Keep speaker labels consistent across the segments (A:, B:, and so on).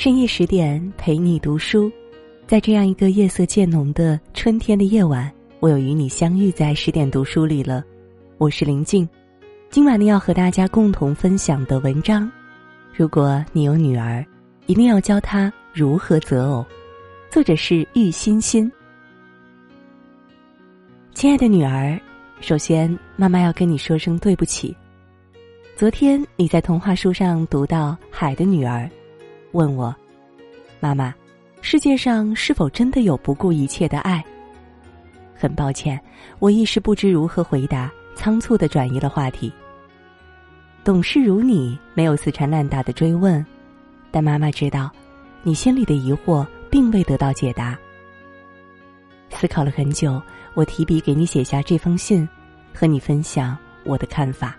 A: 深夜10点陪你读书，在这样一个夜色渐浓的春天的夜晚，我有与你相遇在10点读书里了。我是林静，今晚呢要和大家共同分享的文章，如果你有女儿，一定要教她如何择偶。作者是玉欣欣。亲爱的女儿，首先妈妈要跟你说声对不起。昨天你在童话书上读到海的女儿问我，妈妈，世界上是否真的有不顾一切的爱？很抱歉，我一时不知如何回答，仓促地转移了话题。懂事如你，没有死缠烂打的追问，但妈妈知道，你心里的疑惑并未得到解答。思考了很久，我提笔给你写下这封信，和你分享我的看法。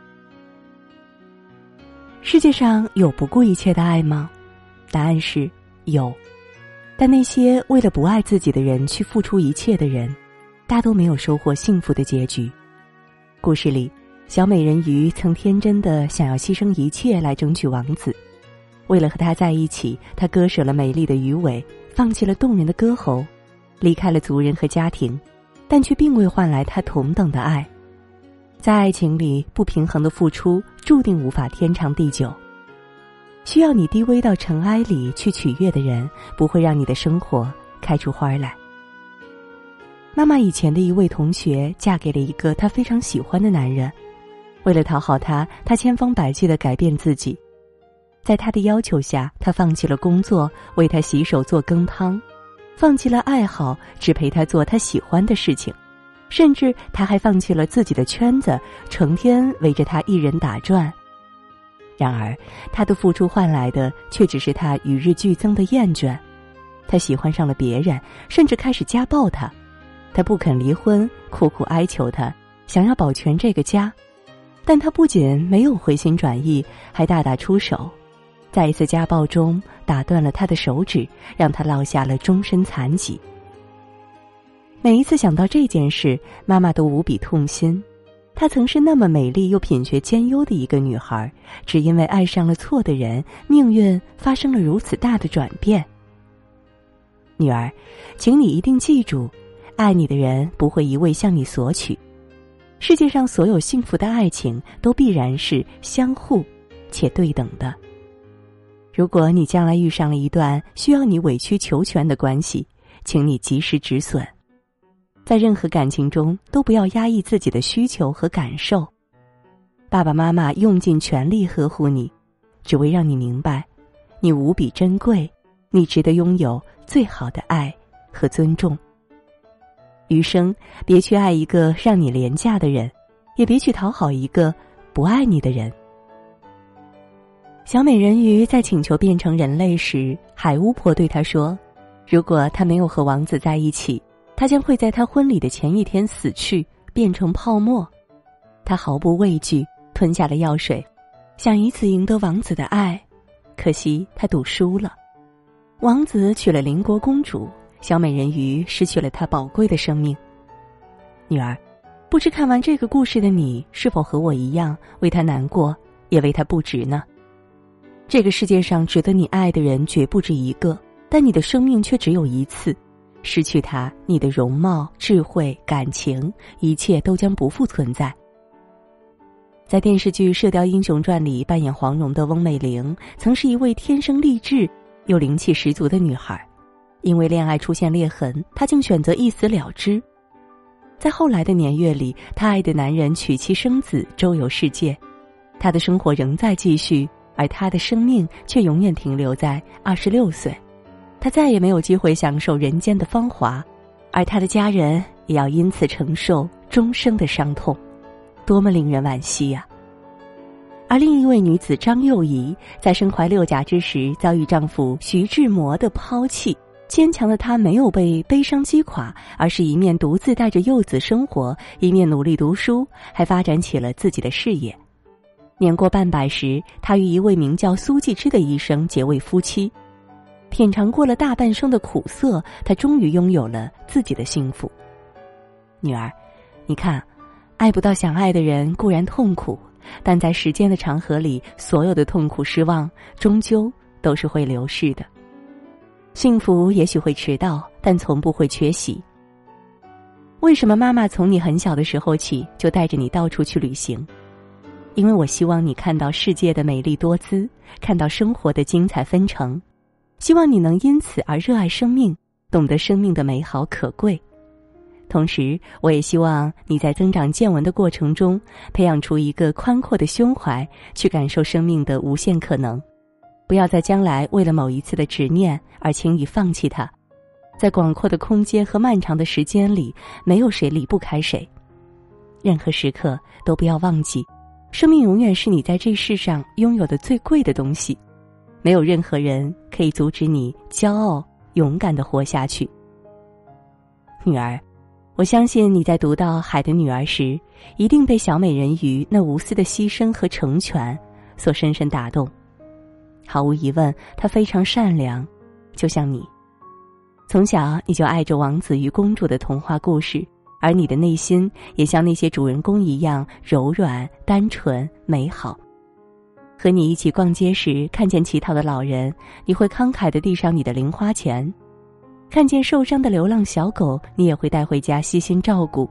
A: 世界上有不顾一切的爱吗？答案是有，但那些为了不爱自己的人去付出一切的人，大都没有收获幸福的结局。故事里，小美人鱼曾天真的想要牺牲一切来争取王子，为了和他在一起，她割舍了美丽的鱼尾，放弃了动人的歌喉，离开了族人和家庭，但却并未换来她同等的爱。在爱情里，不平衡的付出注定无法天长地久。需要你低微到尘埃里去取悦的人，不会让你的生活开出花来。妈妈以前的一位同学嫁给了一个她非常喜欢的男人，为了讨好他，她千方百计地改变自己。在他的要求下，她放弃了工作，为他洗手做羹汤，放弃了爱好，只陪他做他喜欢的事情。甚至他还放弃了自己的圈子，成天围着他一人打转。然而他的付出换来的却只是他与日俱增的厌倦。他喜欢上了别人，甚至开始家暴他。他不肯离婚，苦苦哀求他，想要保全这个家。但他不仅没有回心转意，还大打出手，在一次家暴中打断了他的手指，让他落下了终身残疾。每一次想到这件事，妈妈都无比痛心。她曾是那么美丽又品学兼优的一个女孩，只因为爱上了错的人，命运发生了如此大的转变。女儿，请你一定记住，爱你的人不会一味向你索取。世界上所有幸福的爱情都必然是相互且对等的。如果你将来遇上了一段需要你委曲求全的关系，请你及时止损。在任何感情中都不要压抑自己的需求和感受。爸爸妈妈用尽全力呵护你，只为让你明白，你无比珍贵，你值得拥有最好的爱和尊重。余生别去爱一个让你廉价的人，也别去讨好一个不爱你的人。小美人鱼在请求变成人类时，海巫婆对她说，如果她没有和王子在一起，他将会在他婚礼的前一天死去，变成泡沫。他毫不畏惧，吞下了药水，想以此赢得王子的爱。可惜他赌输了，王子娶了邻国公主，小美人鱼失去了她宝贵的生命。女儿，不知看完这个故事的你，是否和我一样为他难过，也为他不值呢？这个世界上值得你爱的人绝不止一个，但你的生命却只有一次。失去他，你的容貌、智慧、感情，一切都将不复存在。在电视剧《射雕英雄传》里扮演黄蓉的翁美玲，曾是一位天生丽质又灵气十足的女孩。因为恋爱出现裂痕，她竟选择一死了之。在后来的年月里，她爱的男人娶妻生子，周游世界。她的生活仍在继续，而她的生命却永远停留在26岁。他再也没有机会享受人间的芳华，而他的家人也要因此承受终生的伤痛，多么令人惋惜啊！而另一位女子张幼仪，在身怀6甲之时，遭遇丈夫徐志摩的抛弃，坚强的她没有被悲伤击垮，而是一面独自带着幼子生活，一面努力读书，还发展起了自己的事业。年过半百时，她与一位名叫苏纪之的医生结为夫妻。品尝过了大半生的苦涩，她终于拥有了自己的幸福。女儿，你看，爱不到想爱的人固然痛苦，但在时间的长河里，所有的痛苦失望终究都是会流逝的。幸福也许会迟到，但从不会缺席。为什么妈妈从你很小的时候起就带着你到处去旅行？因为我希望你看到世界的美丽多姿，看到生活的精彩纷呈，希望你能因此而热爱生命，懂得生命的美好可贵。同时，我也希望你在增长见闻的过程中，培养出一个宽阔的胸怀，去感受生命的无限可能。不要在将来为了某一次的执念而轻易放弃它。在广阔的空间和漫长的时间里，没有谁离不开谁。任何时刻都不要忘记，生命永远是你在这世上拥有的最贵的东西。没有任何人可以阻止你骄傲、勇敢地活下去。女儿，我相信你在读到《海的女儿》时，一定被小美人鱼那无私的牺牲和成全所深深打动。毫无疑问，她非常善良，就像你。从小你就爱着王子与公主的童话故事，而你的内心也像那些主人公一样柔软、单纯、美好。和你一起逛街时，看见乞讨的老人，你会慷慨地递上你的零花钱；看见受伤的流浪小狗，你也会带回家细心照顾。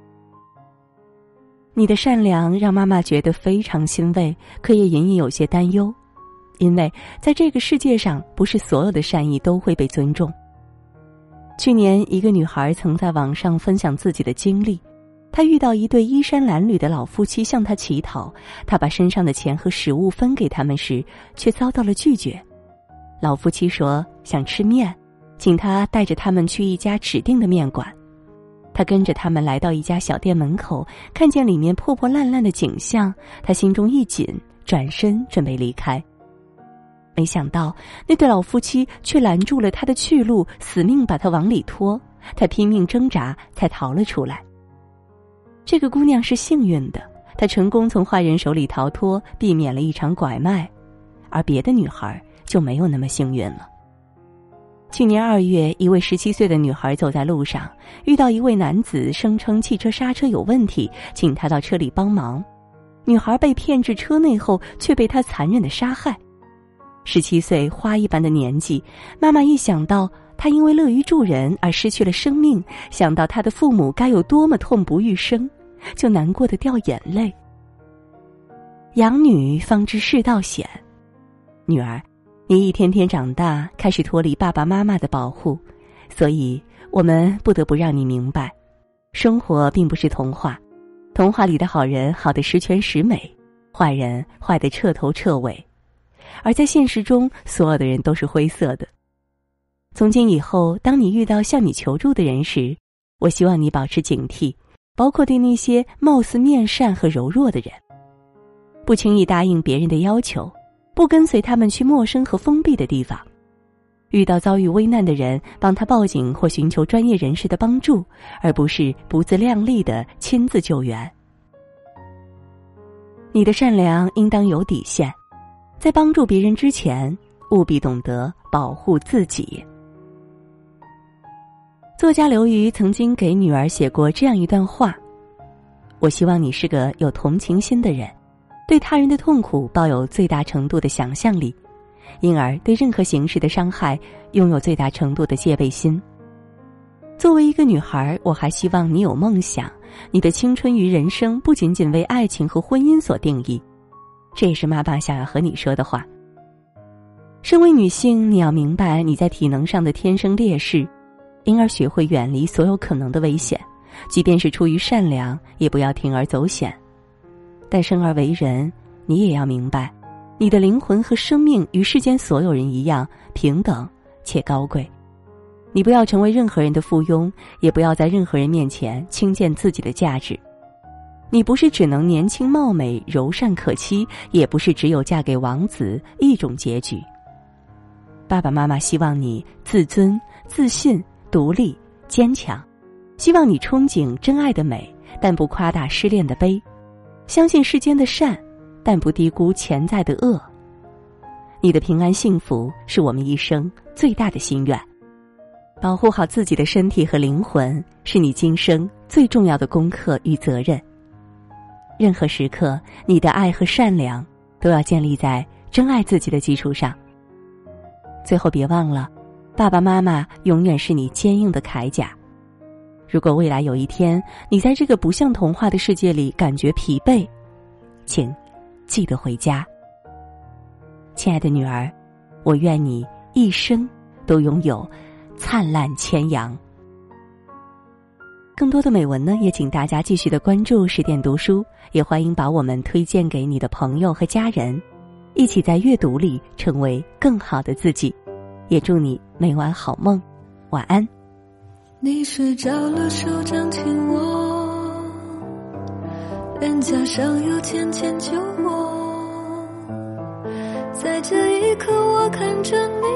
A: 你的善良让妈妈觉得非常欣慰，可也隐隐有些担忧，因为在这个世界上，不是所有的善意都会被尊重。去年，一个女孩曾在网上分享自己的经历，她遇到一对衣衫褴褛的老夫妻向她乞讨，她把身上的钱和食物分给他们时，却遭到了拒绝。老夫妻说想吃面，请她带着他们去一家指定的面馆。她跟着他们来到一家小店门口，看见里面破破烂烂的景象，她心中一紧，转身准备离开。没想到那对老夫妻却拦住了他的去路，死命把他往里拖，他拼命挣扎才逃了出来。这个姑娘是幸运的，她成功从坏人手里逃脱，避免了一场拐卖，而别的女孩就没有那么幸运了。去年2月，一位17岁的女孩走在路上，遇到一位男子声称汽车刹车有问题，请她到车里帮忙。女孩被骗至车内后，却被他残忍地杀害。17岁花一般的年纪，妈妈一想到她因为乐于助人而失去了生命，想到她的父母该有多么痛不欲生，就难过得掉眼泪。养女方知世道险，女儿，你一天天长大，开始脱离爸爸妈妈的保护，所以我们不得不让你明白，生活并不是童话，童话里的好人好得十全十美，坏人坏得彻头彻尾。而在现实中，所有的人都是灰色的。从今以后，当你遇到向你求助的人时，我希望你保持警惕，包括对那些貌似面善和柔弱的人。不轻易答应别人的要求，不跟随他们去陌生和封闭的地方。遇到遭遇危难的人，帮他报警或寻求专业人士的帮助，而不是不自量力地亲自救援。你的善良应当有底线，在帮助别人之前，务必懂得保护自己。作家刘瑜曾经给女儿写过这样一段话：我希望你是个有同情心的人，对他人的痛苦抱有最大程度的想象力，因而对任何形式的伤害拥有最大程度的戒备心。作为一个女孩，我还希望你有梦想，你的青春与人生不仅仅为爱情和婚姻所定义。这也是妈妈想要和你说的话。身为女性，你要明白你在体能上的天生劣势，因而学会远离所有可能的危险，即便是出于善良，也不要铤而走险。但生而为人，你也要明白，你的灵魂和生命与世间所有人一样平等且高贵。你不要成为任何人的附庸，也不要在任何人面前轻贱自己的价值。你不是只能年轻貌美、柔善可欺，也不是只有嫁给王子一种结局。爸爸妈妈希望你自尊、自信、独立、坚强，希望你憧憬真爱的美，但不夸大失恋的悲，相信世间的善，但不低估潜在的恶。你的平安幸福是我们一生最大的心愿。保护好自己的身体和灵魂，是你今生最重要的功课与责任。任何时刻，你的爱和善良都要建立在真爱自己的基础上。 最后别忘了，爸爸妈妈永远是你坚硬的铠甲。如果未来有一天，你在这个不像童话的世界里感觉疲惫，请记得回家。亲爱的女儿，我愿你一生都拥有灿烂千阳。更多的美文呢，也请大家继续的关注十点读书，也欢迎把我们推荐给你的朋友和家人，一起在阅读里成为更好的自己。也祝你每晚好梦，晚安。
B: 你睡着了，手掌紧握，脸颊上有浅浅酒窝，在这一刻我看着你，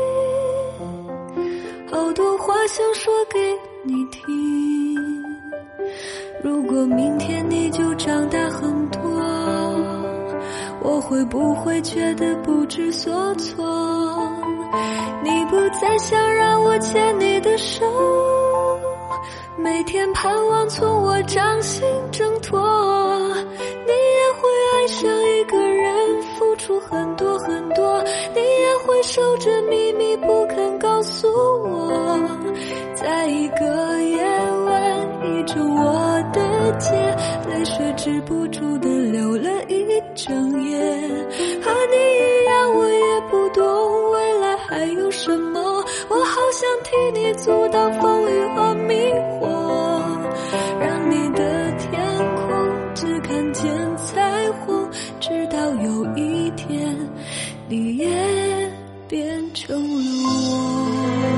B: 好多话想说给你听。如果明天你就长大很多，我会不会觉得不知所措？你不再想让我牵你的手，每天盼望从我掌心挣脱。你也会爱上一个人，付出很多很多，你也会守着秘密不肯告诉我。在一个夜晚，依着我的肩，泪水止不住的流了一整夜。和你一样，我也不懂未来还有什么，我好想替你阻挡风雨和迷惑，让你的天空只看见彩虹，直到有一天你也变成了我。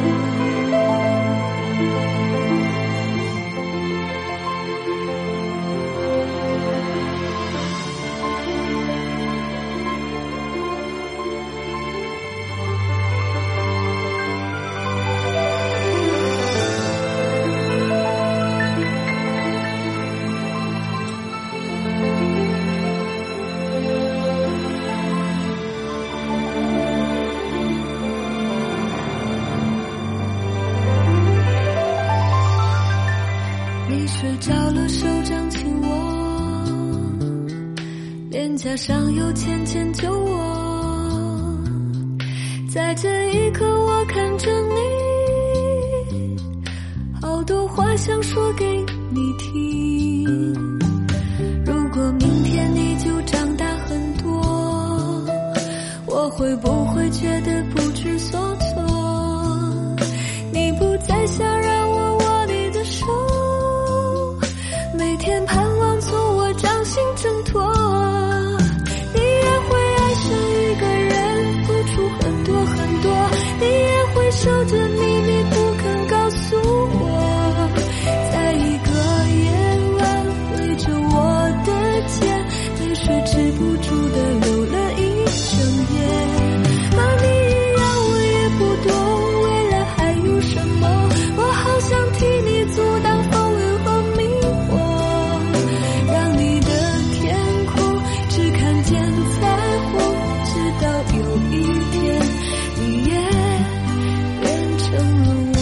B: 你睡着了，手掌紧握，脸颊上有浅浅酒窝，在这一刻我看着你，好多话想说给你听。如果明天你就长大很多，我会不会觉得不知所措？你不再想让我握你的手，每天盼望从我掌心挣脱。你也会爱上一个人，付出很多很多，你也会守着秘密不肯告诉我。在一个夜晚，围着我的肩，泪水止不住的流了一整夜。和你一样，我也不懂未来还有什么，我好想替你阻挡风雨和迷惑，让你的天空只看见彩虹，直到有一天你也变成了我。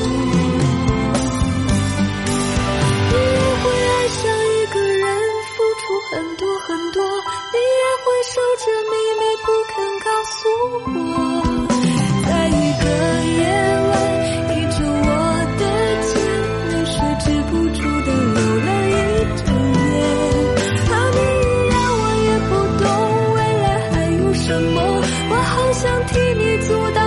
B: 你也会爱上一个人，付出很多很多，你也会守着秘密不肯告诉我。在一个夜晚，依着我的肩，泪水止不住的流了一整夜。和你一样，我也不懂未来还有什么，我好想替你阻挡